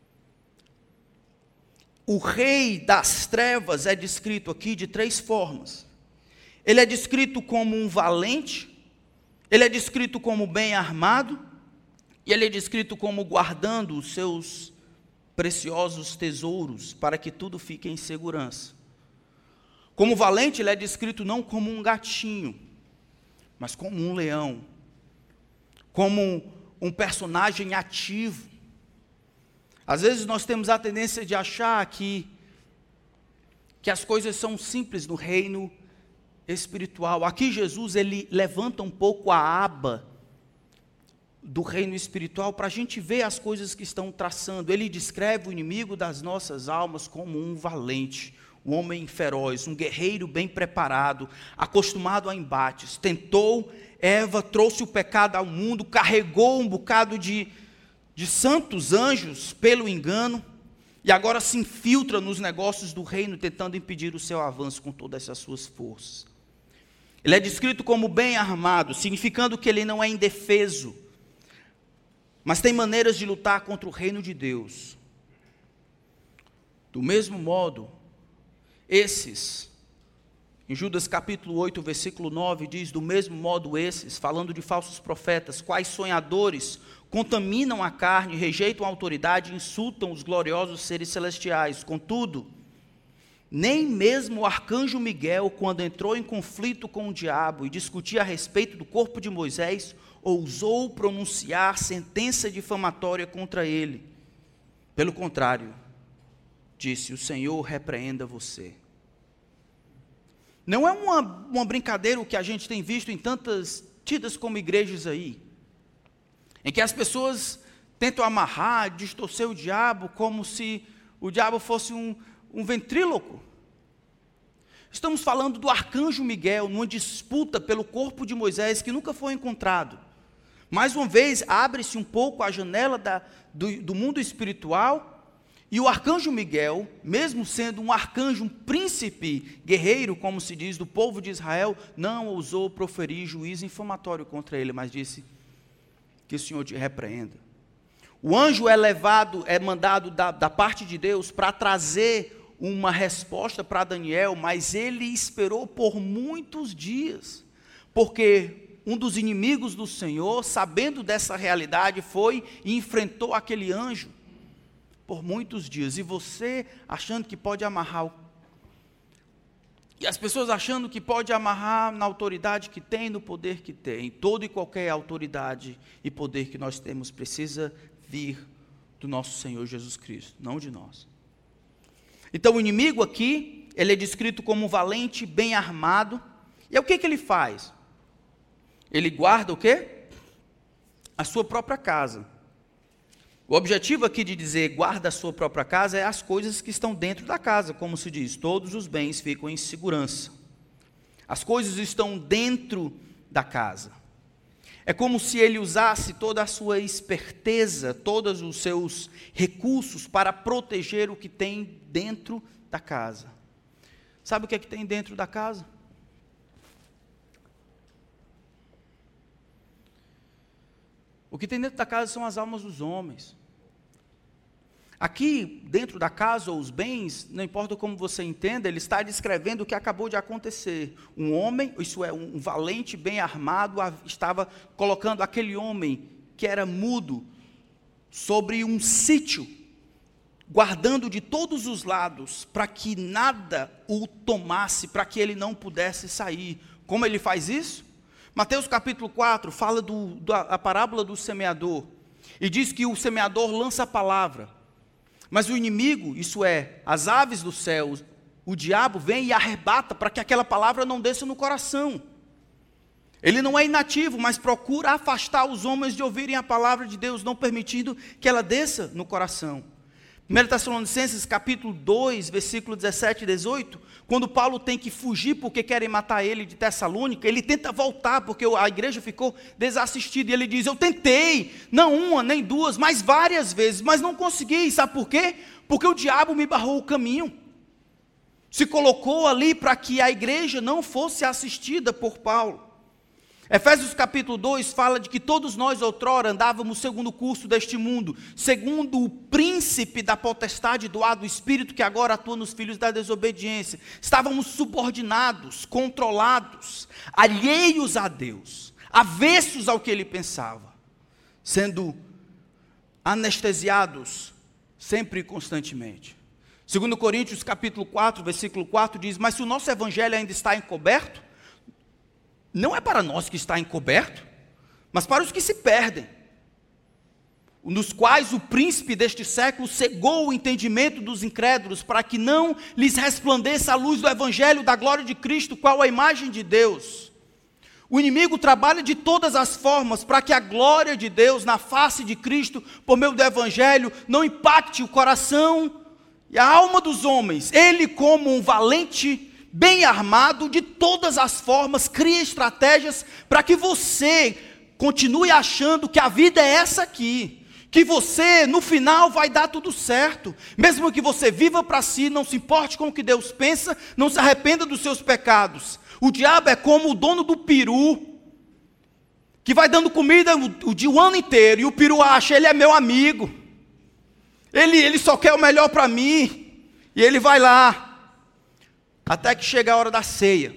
O rei das trevas é descrito aqui de três formas. Ele é descrito como um valente, ele é descrito como bem armado, e ele é descrito como guardando os seus preciosos tesouros, para que tudo fique em segurança. Como valente, ele é descrito não como um gatinho, mas como um leão, como um personagem ativo. Às vezes nós temos a tendência de achar que, que as coisas são simples no reino espiritual. Aqui Jesus, ele levanta um pouco a aba do reino espiritual para a gente ver as coisas que estão traçando. Ele descreve o inimigo das nossas almas como um valente, um homem feroz, um guerreiro bem preparado, acostumado a embates. Tentou Eva, trouxe o pecado ao mundo, carregou um bocado de, de santos anjos pelo engano, e agora se infiltra nos negócios do reino, tentando impedir o seu avanço com todas essas suas forças. Ele é descrito como bem armado, significando que ele não é indefeso, mas tem maneiras de lutar contra o reino de Deus Do mesmo modo, esses, em Judas capítulo oito, versículo nove, diz, do mesmo modo esses, falando de falsos profetas, quais sonhadores, contaminam a carne, rejeitam a autoridade, insultam os gloriosos seres celestiais. Contudo, nem mesmo o arcanjo Miguel, quando entrou em conflito com o diabo e discutia a respeito do corpo de Moisés, ousou pronunciar sentença difamatória contra ele. Pelo contrário, disse, o Senhor repreenda você. Não é uma, uma brincadeira o que a gente tem visto em tantas tidas como igrejas aí, em que as pessoas tentam amarrar, distorcer o diabo como se o diabo fosse um, um ventríloco. Estamos falando do arcanjo Miguel, numa disputa pelo corpo de Moisés que nunca foi encontrado. Mais uma vez, abre-se um pouco a janela da, do, do mundo espiritual, e o arcanjo Miguel, mesmo sendo um arcanjo, um príncipe guerreiro, como se diz, do povo de Israel, não ousou proferir juízo infamatório contra ele, mas disse que o Senhor te repreenda. O anjo é levado, é mandado da, da parte de Deus para trazer uma resposta para Daniel, mas ele esperou por muitos dias, porque um dos inimigos do Senhor, sabendo dessa realidade, foi e enfrentou aquele anjo por muitos dias. E você achando que pode amarrar, o... e as pessoas achando que pode amarrar na autoridade que tem, no poder que tem. Toda e qualquer autoridade e poder que nós temos precisa vir do nosso Senhor Jesus Cristo, não de nós. Então o inimigo aqui, ele é descrito como valente, bem armado. E o que, que ele faz? Ele guarda o quê? A sua própria casa. O objetivo aqui de dizer guarda a sua própria casa é as coisas que estão dentro da casa, como se diz, todos os bens ficam em segurança. As coisas estão dentro da casa. É como se ele usasse toda a sua esperteza, todos os seus recursos para proteger o que tem dentro da casa. Sabe o que é que tem dentro da casa? O que tem dentro da casa são as almas dos homens. Aqui, dentro da casa, ou os bens, não importa como você entenda, ele está descrevendo o que acabou de acontecer. Um homem, isso é, um valente, bem armado, estava colocando aquele homem que era mudo sobre um sítio, guardando de todos os lados, para que nada o tomasse, para que ele não pudesse sair. Como ele faz isso? Mateus capítulo quatro fala do, da parábola do semeador, e diz que o semeador lança a palavra, mas o inimigo, isso é, as aves do céu, o diabo vem e arrebata para que aquela palavra não desça no coração. Ele não é inativo, mas procura afastar os homens de ouvirem a palavra de Deus, não permitindo que ela desça no coração. primeira Tessalonicenses capítulo dois, versículo dezessete e dezoito, quando Paulo tem que fugir porque querem matar ele de Tessalônica, ele tenta voltar porque a igreja ficou desassistida, e ele diz, eu tentei, não uma, nem duas, mas várias vezes, mas não consegui, sabe por quê? Porque o diabo me barrou o caminho, se colocou ali para que a igreja não fosse assistida por Paulo. Efésios capítulo dois fala de que todos nós outrora andávamos segundo o curso deste mundo, segundo o príncipe da potestade do ar do espírito que agora atua nos filhos da desobediência. Estávamos subordinados, controlados, alheios a Deus, avessos ao que ele pensava, sendo anestesiados sempre e constantemente. segundo Coríntios capítulo quatro, versículo quatro diz, mas se o nosso evangelho ainda está encoberto, não é para nós que está encoberto, mas para os que se perdem, nos quais o príncipe deste século cegou o entendimento dos incrédulos, para que não lhes resplandeça a luz do evangelho da glória de Cristo, qual a imagem de Deus. O inimigo trabalha de todas as formas para que a glória de Deus na face de Cristo, por meio do evangelho, não impacte o coração e a alma dos homens. Ele, como um valente, bem armado, de todas as formas, cria estratégias para que você continue achando que a vida é essa aqui, que você, no final, vai dar tudo certo, mesmo que você viva para si, não se importe com o que Deus pensa, não se arrependa dos seus pecados. O diabo é como o dono do peru, que vai dando comida o, o dia, o ano inteiro, e o peru acha, ele é meu amigo, ele, ele só quer o melhor para mim. E ele vai lá, até que chega a hora da ceia.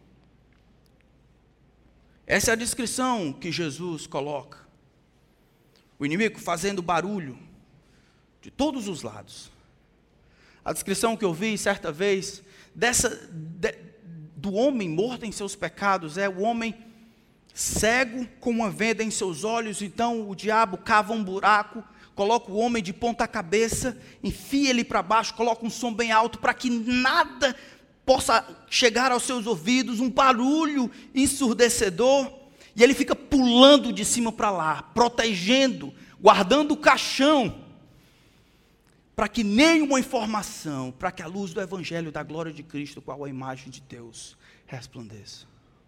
Essa é a descrição que Jesus coloca. O inimigo fazendo barulho de todos os lados. A descrição que eu vi certa vez, dessa, de, do homem morto em seus pecados, é o homem cego com uma venda em seus olhos. Então o diabo cava um buraco, coloca o homem de ponta cabeça, enfia ele para baixo, coloca um som bem alto para que nada possa chegar aos seus ouvidos, um barulho ensurdecedor, e ele fica pulando de cima para lá, protegendo, guardando o caixão, para que nenhuma informação, para que a luz do Evangelho da glória de Cristo, qual a imagem de Deus, resplandeça.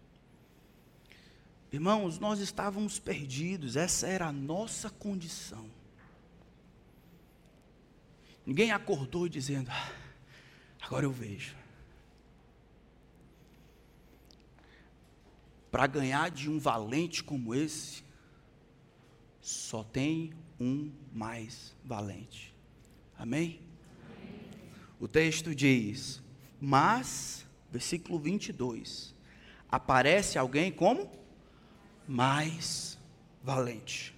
Irmãos, nós estávamos perdidos, essa era a nossa condição. Ninguém acordou dizendo, ah, agora eu vejo. Para ganhar de um valente como esse, só tem um mais valente. Amém? Amém? O texto diz, mas, versículo vinte e dois, aparece alguém como? Mais valente.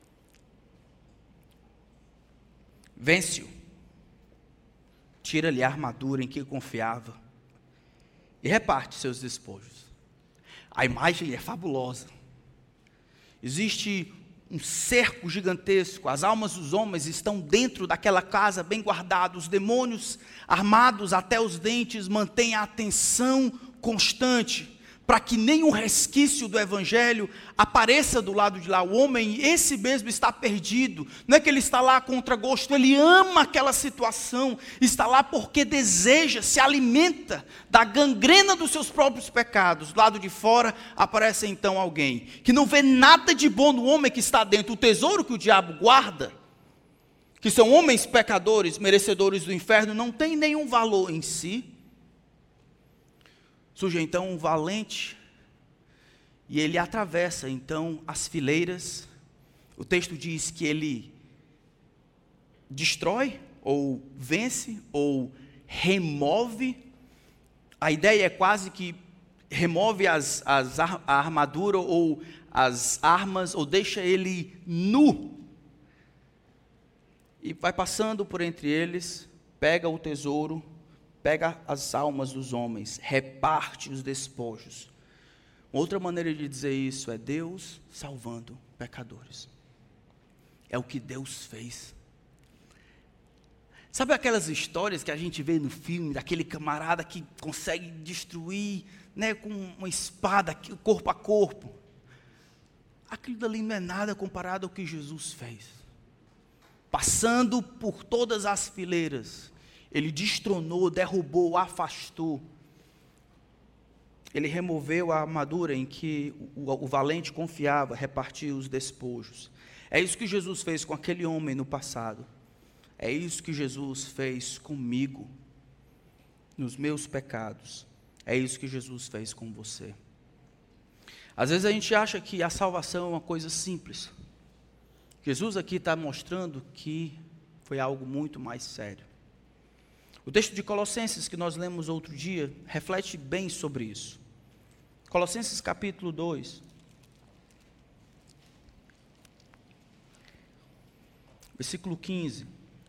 Vence-o. Tira-lhe a armadura em que confiava e reparte seus despojos. A imagem é fabulosa. Existe um cerco gigantesco, as almas dos homens estão dentro daquela casa bem guardadas, os demônios armados até os dentes mantêm a atenção constante, para que nenhum resquício do Evangelho apareça do lado de lá. O homem, esse mesmo, está perdido, não é que ele está lá contra gosto, ele ama aquela situação, está lá porque deseja, se alimenta da gangrena dos seus próprios pecados. Do lado de fora aparece então alguém, que não vê nada de bom no homem que está dentro, o tesouro que o diabo guarda, que são homens pecadores, merecedores do inferno, não tem nenhum valor em si. Surge então um valente, e ele atravessa então as fileiras. O texto diz que ele destrói, ou vence, ou remove. A ideia é quase que remove as, as, a armadura, ou as armas, ou deixa ele nu. E vai passando por entre eles, pega o tesouro, pega as almas dos homens, reparte os despojos. Outra maneira de dizer isso é Deus salvando pecadores. É o que Deus fez. Sabe aquelas histórias que a gente vê no filme, daquele camarada que consegue destruir, né, com uma espada, corpo a corpo? Aquilo dali não é nada comparado ao que Jesus fez. Passando por todas as fileiras, ele destronou, derrubou, afastou. Ele removeu a armadura em que o, o valente confiava, repartiu os despojos. É isso que Jesus fez com aquele homem no passado. É isso que Jesus fez comigo, nos meus pecados. É isso que Jesus fez com você. Às vezes a gente acha que a salvação é uma coisa simples. Jesus aqui está mostrando que foi algo muito mais sério. O texto de Colossenses que nós lemos outro dia reflete bem sobre isso. Colossenses capítulo dois. Versículo quinze.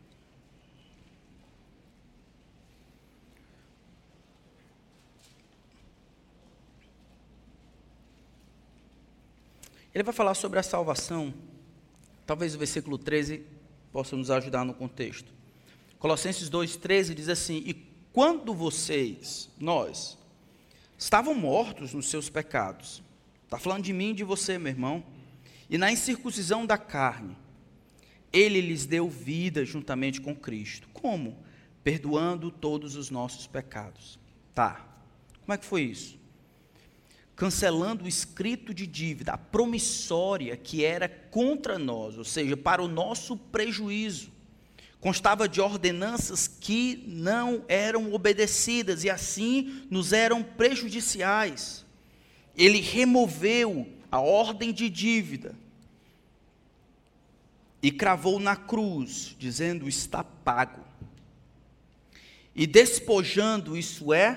Ele vai falar sobre a salvação. Talvez o versículo treze possa nos ajudar no contexto. Colossenses dois, treze diz assim, e quando vocês, nós, estavam mortos nos seus pecados, está falando de mim e de você, meu irmão, e na incircuncisão da carne, ele lhes deu vida juntamente com Cristo. Como? Perdoando todos os nossos pecados. Tá, como é que foi isso? Cancelando o escrito de dívida, a promissória que era contra nós, ou seja, para o nosso prejuízo. Constava de ordenanças que não eram obedecidas e assim nos eram prejudiciais. Ele removeu a ordem de dívida e cravou na cruz, dizendo, está pago. e despojando, isso é,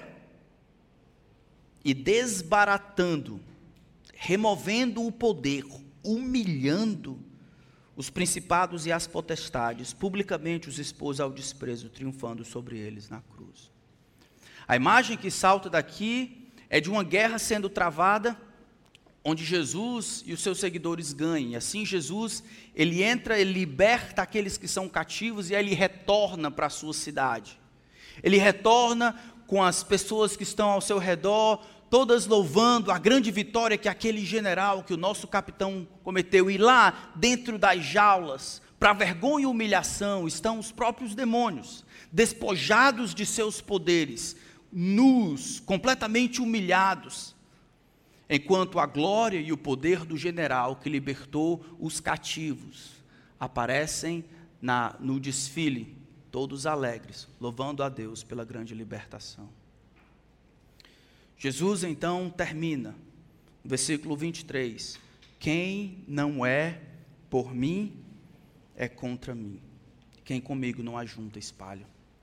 e desbaratando, removendo o poder, humilhando os principados e as potestades, publicamente os expôs ao desprezo, triunfando sobre eles na cruz. A imagem que salta daqui é de uma guerra sendo travada, onde Jesus e os seus seguidores ganhem. Assim Jesus, ele entra, ele liberta aqueles que são cativos e aí ele retorna para a sua cidade. Ele retorna com as pessoas que estão ao seu redor, todas louvando a grande vitória que aquele general, que o nosso capitão cometeu. E lá, dentro das jaulas, para vergonha e humilhação, estão os próprios demônios, despojados de seus poderes, nus, completamente humilhados, enquanto a glória e o poder do general que libertou os cativos aparecem na, no desfile, todos alegres, louvando a Deus pela grande libertação. Jesus então termina, no versículo vinte e três, quem não é por mim, é contra mim. Quem comigo não ajunta, espalha.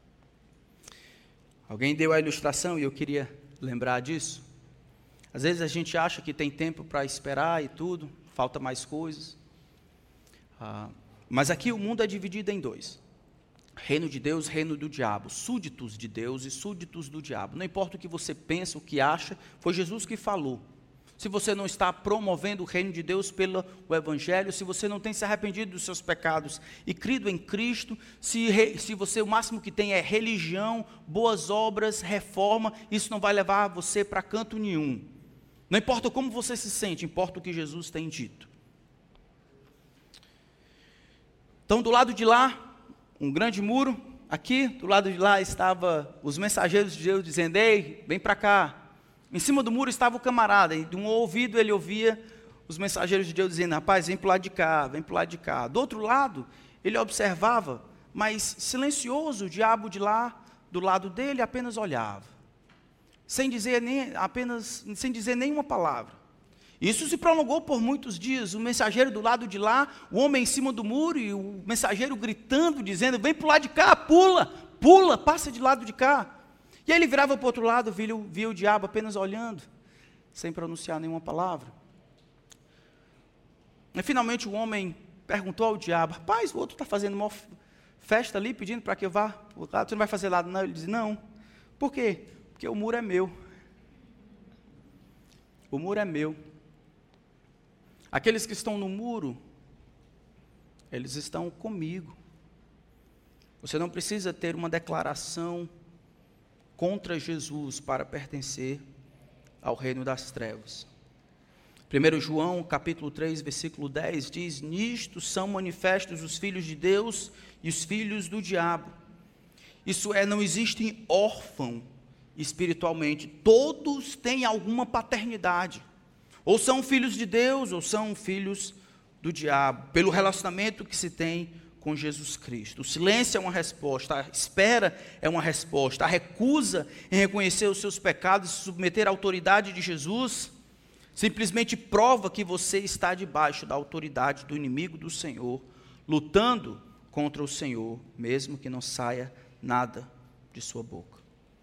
Alguém deu a ilustração e eu queria lembrar disso. Às vezes a gente acha que tem tempo para esperar e tudo, falta mais coisas. Ah, mas aqui o mundo é dividido em dois. Reino de Deus, reino do diabo. Súditos de Deus e súditos do diabo. Não importa o que você pensa, o que acha, foi Jesus que falou. Se você não está promovendo o reino de Deus pelo o Evangelho, se você não tem se arrependido dos seus pecados e crido em Cristo, se, re, se você o máximo que tem é religião, boas obras, reforma, isso não vai levar você para canto nenhum. Não importa como você se sente, importa o que Jesus tem dito. Então, do lado de lá, um grande muro, aqui, do lado de lá, estavam os mensageiros de Deus dizendo, ei, vem para cá. Em cima do muro estava o camarada, e de um ouvido ele ouvia os mensageiros de Deus dizendo, rapaz, vem para o lado de cá, vem para o lado de cá. Do outro lado, ele observava, mas silencioso, o diabo de lá, do lado dele, apenas olhava. Sem dizer, nem, apenas, sem dizer nenhuma palavra. Isso se prolongou por muitos dias, o mensageiro do lado de lá, o homem em cima do muro, e o mensageiro gritando, dizendo, vem para o lado de cá, pula, pula, passa de lado de cá. E aí ele virava para o outro lado, via, via o diabo apenas olhando, sem pronunciar nenhuma palavra. E finalmente o homem perguntou ao diabo, rapaz, o outro está fazendo uma festa ali, pedindo para que eu vá para o lado, você não vai fazer nada não? Ele disse, não. Por quê? Porque o muro é meu. O muro é meu. Aqueles que estão no muro, eles estão comigo. Você não precisa ter uma declaração contra Jesus para pertencer ao reino das trevas. primeiro João, capítulo três, versículo dez, diz, nisto são manifestos os filhos de Deus e os filhos do diabo. Isso é, não existem órfãos espiritualmente, todos têm alguma paternidade, ou são filhos de Deus, ou são filhos do diabo, pelo relacionamento que se tem com Jesus Cristo. O silêncio é uma resposta, a espera é uma resposta, a recusa em reconhecer os seus pecados e se submeter à autoridade de Jesus, simplesmente prova que você está debaixo da autoridade do inimigo do Senhor, lutando contra o Senhor, mesmo que não saia nada de sua boca.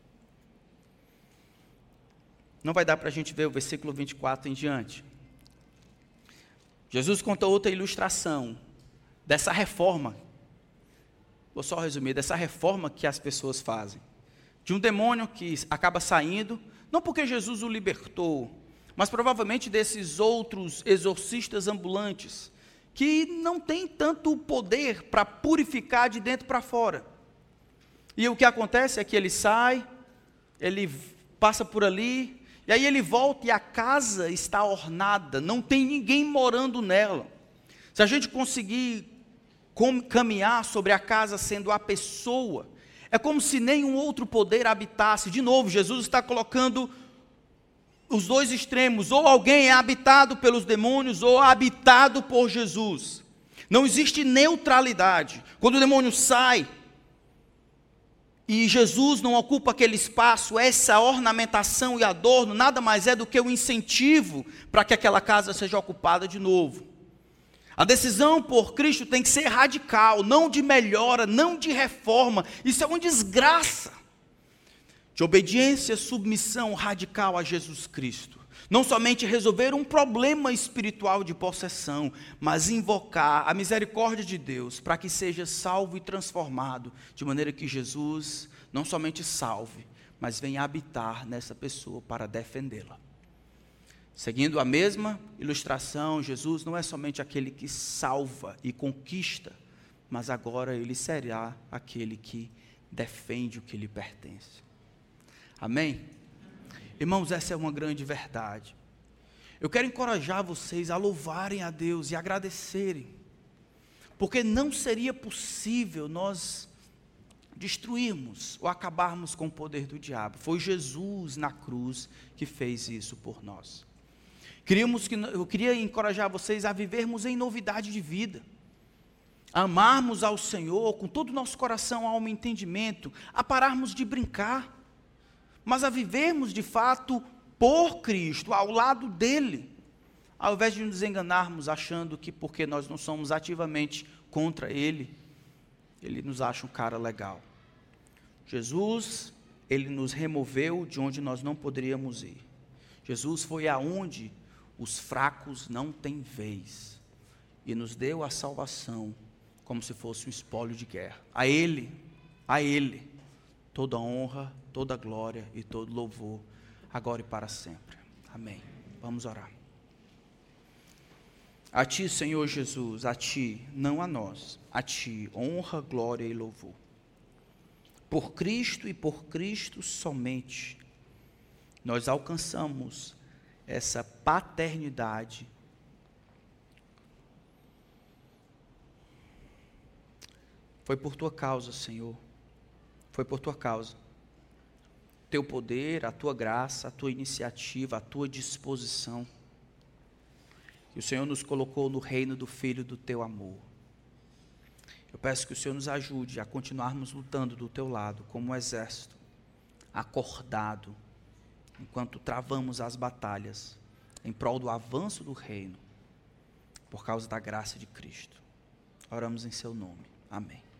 Não vai dar para a gente ver o versículo vinte e quatro em diante. Jesus conta outra ilustração dessa reforma, vou só resumir, dessa reforma que as pessoas fazem. De um demônio que acaba saindo, não porque Jesus o libertou, mas provavelmente desses outros exorcistas ambulantes, que não tem tanto poder para purificar de dentro para fora. E o que acontece é que ele sai, ele passa por ali, e aí ele volta e a casa está ornada, não tem ninguém morando nela. Se a gente conseguir caminhar sobre a casa sendo a pessoa, é como se nenhum outro poder habitasse. De novo, Jesus está colocando os dois extremos, ou alguém é habitado pelos demônios, ou habitado por Jesus. Não existe neutralidade. Quando o demônio sai, e Jesus não ocupa aquele espaço, essa ornamentação e adorno nada mais é do que um incentivo para que aquela casa seja ocupada de novo. A decisão por Cristo tem que ser radical, não de melhora, não de reforma. Isso é uma desgraça. de obediência, submissão radical a Jesus Cristo. Não somente resolver um problema espiritual de possessão, mas invocar a misericórdia de Deus para que seja salvo e transformado, de maneira que Jesus não somente salve, mas venha habitar nessa pessoa para defendê-la. Seguindo a mesma ilustração, Jesus não é somente aquele que salva e conquista, mas agora ele será aquele que defende o que lhe pertence. Amém? Irmãos, essa é uma grande verdade. Eu quero encorajar vocês a louvarem a Deus e agradecerem, porque não seria possível nós destruirmos ou acabarmos com o poder do diabo. Foi Jesus na cruz que fez isso por nós. Queríamos que, eu queria encorajar vocês a vivermos em novidade de vida, a amarmos ao Senhor com todo o nosso coração, alma e entendimento, a pararmos de brincar, mas a vivermos de fato por Cristo, ao lado dEle, ao invés de nos enganarmos achando que porque nós não somos ativamente contra Ele, Ele nos acha um cara legal. Jesus, Ele nos removeu de onde nós não poderíamos ir. Jesus foi aonde os fracos não têm vez, e nos deu a salvação, como se fosse um espólio de guerra. A Ele, a Ele, toda honra, toda glória e todo louvor, agora e para sempre. Amém. Vamos orar. A Ti, Senhor Jesus, a Ti, não a nós, a Ti, honra, glória e louvor. Por Cristo e por Cristo somente, nós alcançamos essa paternidade. Foi por Tua causa, Senhor, foi por Tua causa. Teu poder, a Tua graça, a Tua iniciativa, a Tua disposição. E o Senhor nos colocou no reino do Filho do Teu amor. Eu peço que o Senhor nos ajude a continuarmos lutando do Teu lado, como um exército, acordado, enquanto travamos as batalhas, em prol do avanço do reino, por causa da graça de Cristo. Oramos em Seu nome. Amém.